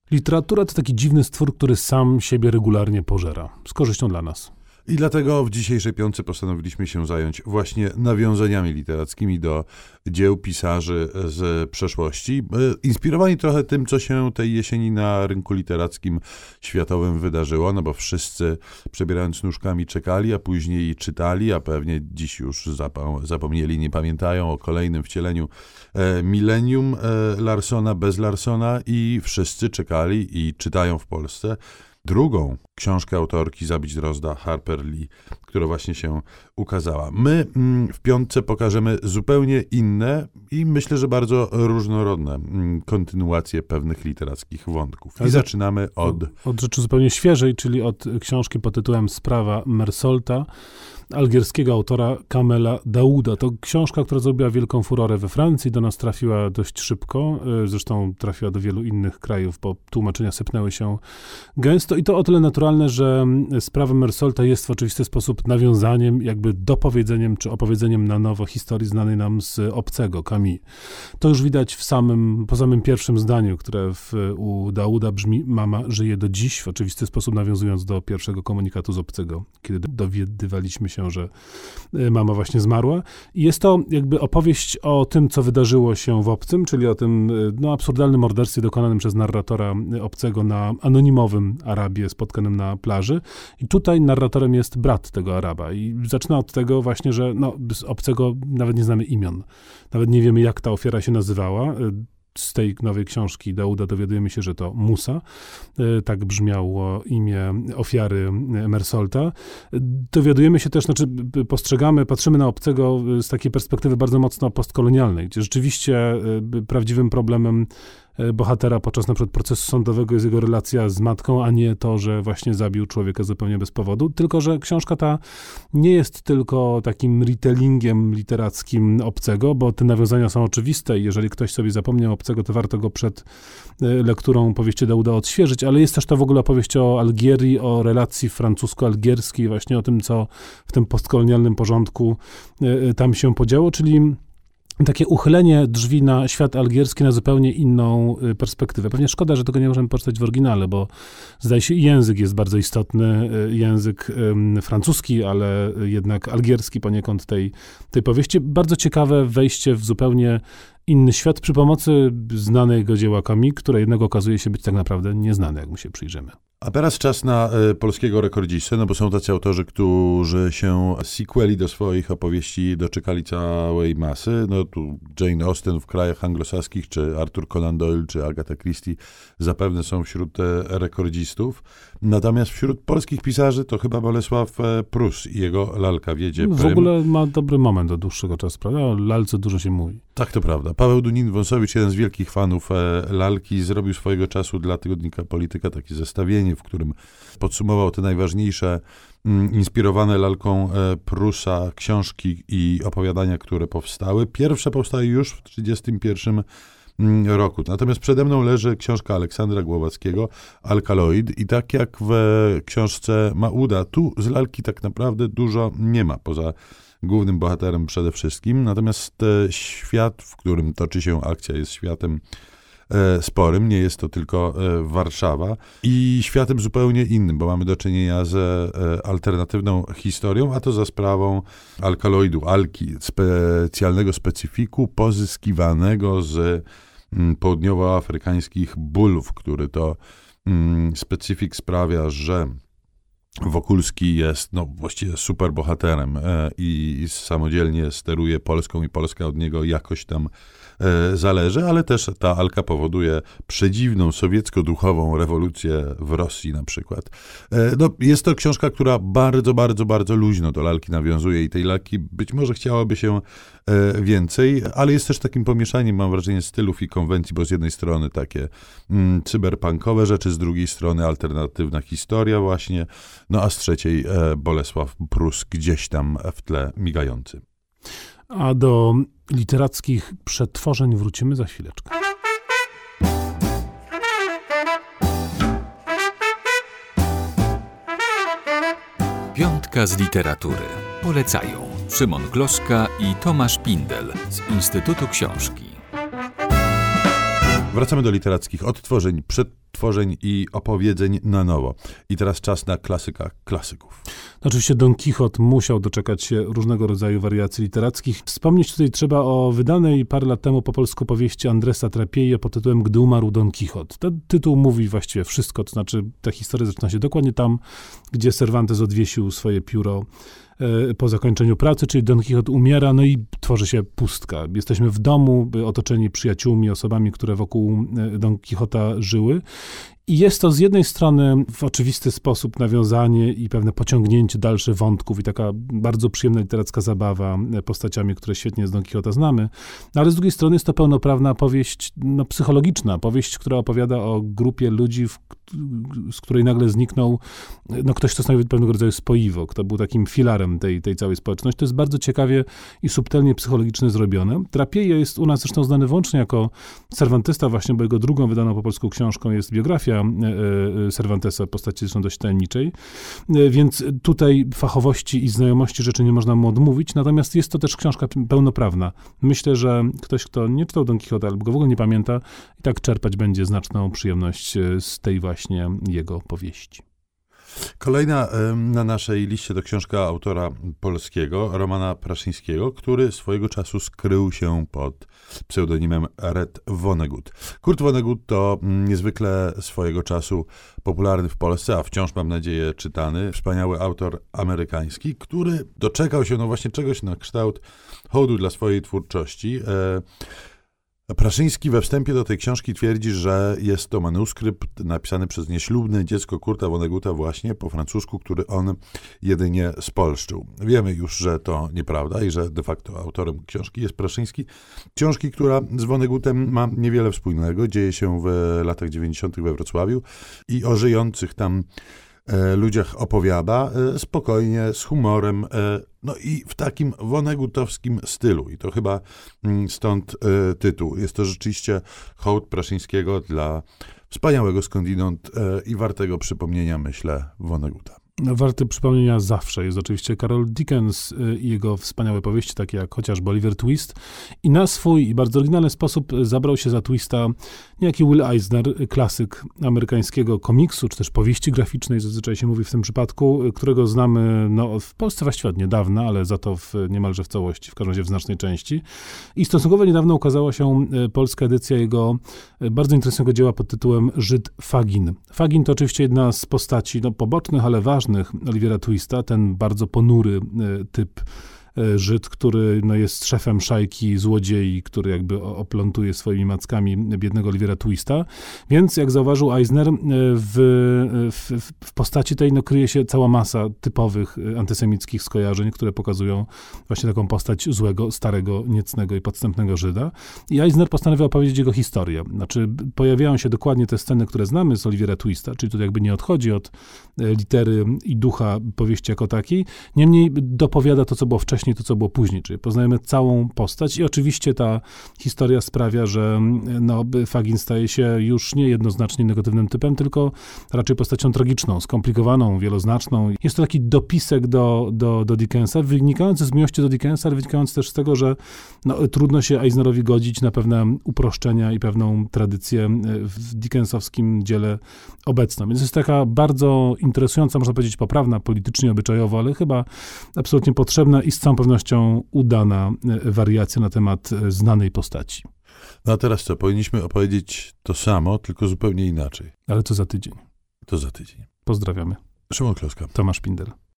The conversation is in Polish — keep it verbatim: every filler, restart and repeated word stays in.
Literatura to taki dziwny stwór, który sam siebie regularnie pożera. Z korzyścią dla nas. I dlatego w dzisiejszej piątce postanowiliśmy się zająć właśnie nawiązaniami literackimi do dzieł pisarzy z przeszłości. Inspirowani trochę tym, co się tej jesieni na rynku literackim światowym wydarzyło, no bo wszyscy przebierając nóżkami czekali, a później czytali, a pewnie dziś już zapomnieli, nie pamiętają o kolejnym wcieleniu e, Millennium e, Larsona bez Larsona i wszyscy czekali i czytają w Polsce drugą książkę autorki Zabić Drozda, Harper Lee, która właśnie się ukazała. My mm, w piątce pokażemy zupełnie inne i myślę, że bardzo różnorodne mm, kontynuacje pewnych literackich wątków. I Ale zaczynamy od... Od rzeczy zupełnie świeżej, czyli od książki pod tytułem Sprawa Mersaulta, algierskiego autora Kamela Daouda. To książka, która zrobiła wielką furorę we Francji, do nas trafiła dość szybko, zresztą trafiła do wielu innych krajów, bo tłumaczenia sypnęły się gęsto i to o tyle naturalne, że Sprawa Mersaulta jest w oczywisty sposób nawiązaniem, jakby dopowiedzeniem czy opowiedzeniem na nowo historii znanej nam z Obcego, Camus. To już widać w samym, po samym pierwszym zdaniu, które w, u Daouda brzmi: mama żyje do dziś, w oczywisty sposób nawiązując do pierwszego komunikatu z Obcego, kiedy dowiadywaliśmy się, że mama właśnie zmarła. I jest to jakby opowieść o tym, co wydarzyło się w Obcym, czyli o tym no, absurdalnym morderstwie dokonanym przez narratora Obcego na anonimowym Arabie spotkanym na plaży. I tutaj narratorem jest brat tego Araba. I zaczyna od tego właśnie, że no, z Obcego nawet nie znamy imion. Nawet nie wiemy, jak ta ofiara się nazywała. Z tej nowej książki Daouda dowiadujemy się, że to Musa. Tak brzmiało imię ofiary Mersaulta. Dowiadujemy się też, znaczy postrzegamy, patrzymy na Obcego z takiej perspektywy bardzo mocno postkolonialnej, gdzie rzeczywiście prawdziwym problemem bohatera podczas na przykład procesu sądowego jest jego relacja z matką, a nie to, że właśnie zabił człowieka zupełnie bez powodu. Tylko że książka ta nie jest tylko takim retellingiem literackim Obcego, bo te nawiązania są oczywiste i jeżeli ktoś sobie zapomniał Obcego, to warto go przed lekturą powieści Daouda odświeżyć, ale jest też to w ogóle opowieść o Algierii, o relacji francusko-algierskiej, właśnie o tym, co w tym postkolonialnym porządku tam się podziało, czyli takie uchylenie drzwi na świat algierski na zupełnie inną perspektywę. Pewnie szkoda, że tego nie możemy poczytać w oryginale, bo zdaje się i język jest bardzo istotny, język francuski, ale jednak algierski poniekąd tej, tej powieści. Bardzo ciekawe wejście w zupełnie inny świat przy pomocy znanego dzieła Camus, które jednak okazuje się być tak naprawdę nieznane, jak mu się przyjrzymy. A teraz czas na y, polskiego rekordzistę, no bo są tacy autorzy, którzy się sequeli do swoich opowieści doczekali całej masy. No tu Jane Austen w krajach anglosaskich, czy Arthur Conan Doyle, czy Agatha Christie zapewne są wśród e, rekordzistów. Natomiast wśród polskich pisarzy to chyba Bolesław e, Prus i jego Lalka wiedzie W prym. ogóle ma dobry moment od dłuższego czasu, prawda? O lalce dużo się mówi. Tak, to prawda. Paweł Dunin-Wąsowicz, jeden z wielkich fanów e, Lalki, zrobił swojego czasu dla tygodnika Polityka takie zestawienie, w którym podsumował te najważniejsze, mm, inspirowane Lalką e, Prusa książki i opowiadania, które powstały. Pierwsze powstały już w trzydziestym pierwszym roku. Natomiast przede mną leży książka Aleksandra Głowackiego, Alkaloid, i tak jak w książce Mauda, tu z Lalki tak naprawdę dużo nie ma, poza głównym bohaterem przede wszystkim. Natomiast e, świat, w którym toczy się akcja, jest światem e, sporym. Nie jest to tylko e, Warszawa i światem zupełnie innym, bo mamy do czynienia z e, alternatywną historią, a to za sprawą alkaloidu, alki, specjalnego specyfiku pozyskiwanego z m, południowoafrykańskich bólów, który to m, specyfik sprawia, że Wokulski jest no, właściwie super bohaterem e, i samodzielnie steruje Polską i Polska od niego jakoś tam e, zależy, ale też ta alka powoduje przedziwną sowiecko-duchową rewolucję w Rosji na przykład. E, no, jest to książka, która bardzo, bardzo, bardzo luźno do lalki nawiązuje i tej lalki być może chciałoby się e, więcej, ale jest też takim pomieszaniem, mam wrażenie, stylów i konwencji, bo z jednej strony takie mm, cyberpunkowe rzeczy, z drugiej strony alternatywna historia właśnie, no a z trzeciej e, Bolesław Prus gdzieś tam w tle migający. A do literackich przetworzeń wrócimy za chwileczkę. Piątka z literatury. Polecają Szymon Kloszka i Tomasz Pindel z Instytutu Książki. Wracamy do literackich odtworzeń, przetworzeń odtworzeń i opowiedzeń na nowo. I teraz czas na klasyka klasyków. Oczywiście Don Quixote musiał doczekać się różnego rodzaju wariacji literackich. Wspomnieć tutaj trzeba o wydanej parę lat temu po polsku powieści Andresa Trapieja pod tytułem Gdy umarł Don Quixote. Ten tytuł mówi właściwie wszystko, to znaczy ta historia zaczyna się dokładnie tam, gdzie Cervantes odwiesił swoje pióro po zakończeniu pracy, czyli Don Quixote umiera, no i tworzy się pustka. Jesteśmy w domu, otoczeni przyjaciółmi, osobami, które wokół Don Quixota żyły. I jest to z jednej strony w oczywisty sposób nawiązanie i pewne pociągnięcie dalszych wątków i taka bardzo przyjemna literacka zabawa postaciami, które świetnie z Don Quixota znamy, no ale z drugiej strony jest to pełnoprawna powieść no, psychologiczna, powieść, która opowiada o grupie ludzi, w, z której nagle zniknął no, ktoś, kto stanowił pewnego rodzaju spoiwo, kto był takim filarem tej, tej całej społeczności. To jest bardzo ciekawie i subtelnie psychologicznie zrobione. Trapieja jest u nas zresztą znany wyłącznie jako Cervantesta, właśnie, bo jego drugą wydaną po polsku książką jest biografia Cervantesa, postaci zresztą dość tajemniczej, więc tutaj fachowości i znajomości rzeczy nie można mu odmówić, natomiast jest to też książka pełnoprawna. Myślę, że ktoś, kto nie czytał Don Quixota albo go w ogóle nie pamięta, i tak czerpać będzie znaczną przyjemność z tej właśnie jego powieści. Kolejna na naszej liście to książka autora polskiego, Romana Praszyńskiego, który swojego czasu skrył się pod pseudonimem Red Vonnegut. Kurt Vonnegut to niezwykle swojego czasu popularny w Polsce, a wciąż, mam nadzieję, czytany, wspaniały autor amerykański, który doczekał się no właśnie czegoś na kształt hołdu dla swojej twórczości. Praszyński we wstępie do tej książki twierdzi, że jest to manuskrypt napisany przez nieślubne dziecko Kurta Vonneguta właśnie po francusku, który on jedynie spolszczył. Wiemy już, że to nieprawda i że de facto autorem książki jest Praszyński. Książki, która z Vonnegutem ma niewiele wspólnego, dzieje się w latach dziewięćdziesiątych we Wrocławiu i o żyjących tam ludziach opowiada spokojnie, z humorem, no i w takim wonnegutowskim stylu. I to chyba stąd tytuł. Jest to rzeczywiście hołd Praszyńskiego dla wspaniałego skądinąd i wartego przypomnienia, myślę, Vonneguta. Warty przypomnienia zawsze jest oczywiście Karol Dickens i jego wspaniałe powieści, takie jak chociażby Oliver Twist. I na swój i bardzo oryginalny sposób zabrał się za Twista niejaki Will Eisner, klasyk amerykańskiego komiksu, czy też powieści graficznej, zazwyczaj się mówi w tym przypadku, którego znamy no, w Polsce właściwie od niedawna, ale za to w, niemalże w całości, w każdym razie w znacznej części. I stosunkowo niedawno ukazała się polska edycja jego bardzo interesującego dzieła pod tytułem Żyd Fagin. Fagin to oczywiście jedna z postaci no, pobocznych, ale ważnych Olivera Twista, ten bardzo ponury typ Żyd, który no, jest szefem szajki złodziei, który jakby oplątuje swoimi mackami biednego Olivera Twista. Więc, jak zauważył Eisner, w, w, w postaci tej no, kryje się cała masa typowych antysemickich skojarzeń, które pokazują właśnie taką postać złego, starego, niecnego i podstępnego Żyda. I Eisner postanowił opowiedzieć jego historię. Znaczy, pojawiają się dokładnie te sceny, które znamy z Olivera Twista, czyli to jakby nie odchodzi od litery i ducha powieści jako takiej. Niemniej dopowiada to, co było wcześniej, to, co było później, czyli poznajemy całą postać i oczywiście ta historia sprawia, że no, Fagin staje się już nie jednoznacznie negatywnym typem, tylko raczej postacią tragiczną, skomplikowaną, wieloznaczną. Jest to taki dopisek do, do, do Dickensa, wynikający z miłości do Dickensa, ale wynikający też z tego, że no, trudno się Eisnerowi godzić na pewne uproszczenia i pewną tradycję w dickensowskim dziele obecną. Więc jest taka bardzo interesująca, można powiedzieć poprawna politycznie, obyczajowo, ale chyba absolutnie potrzebna i z całą pewnością udana wariacja na temat znanej postaci. No a teraz co? Powinniśmy opowiedzieć to samo, tylko zupełnie inaczej. Ale co za tydzień? To za tydzień. Pozdrawiamy. Szymon Kloska. Tomasz Pindel.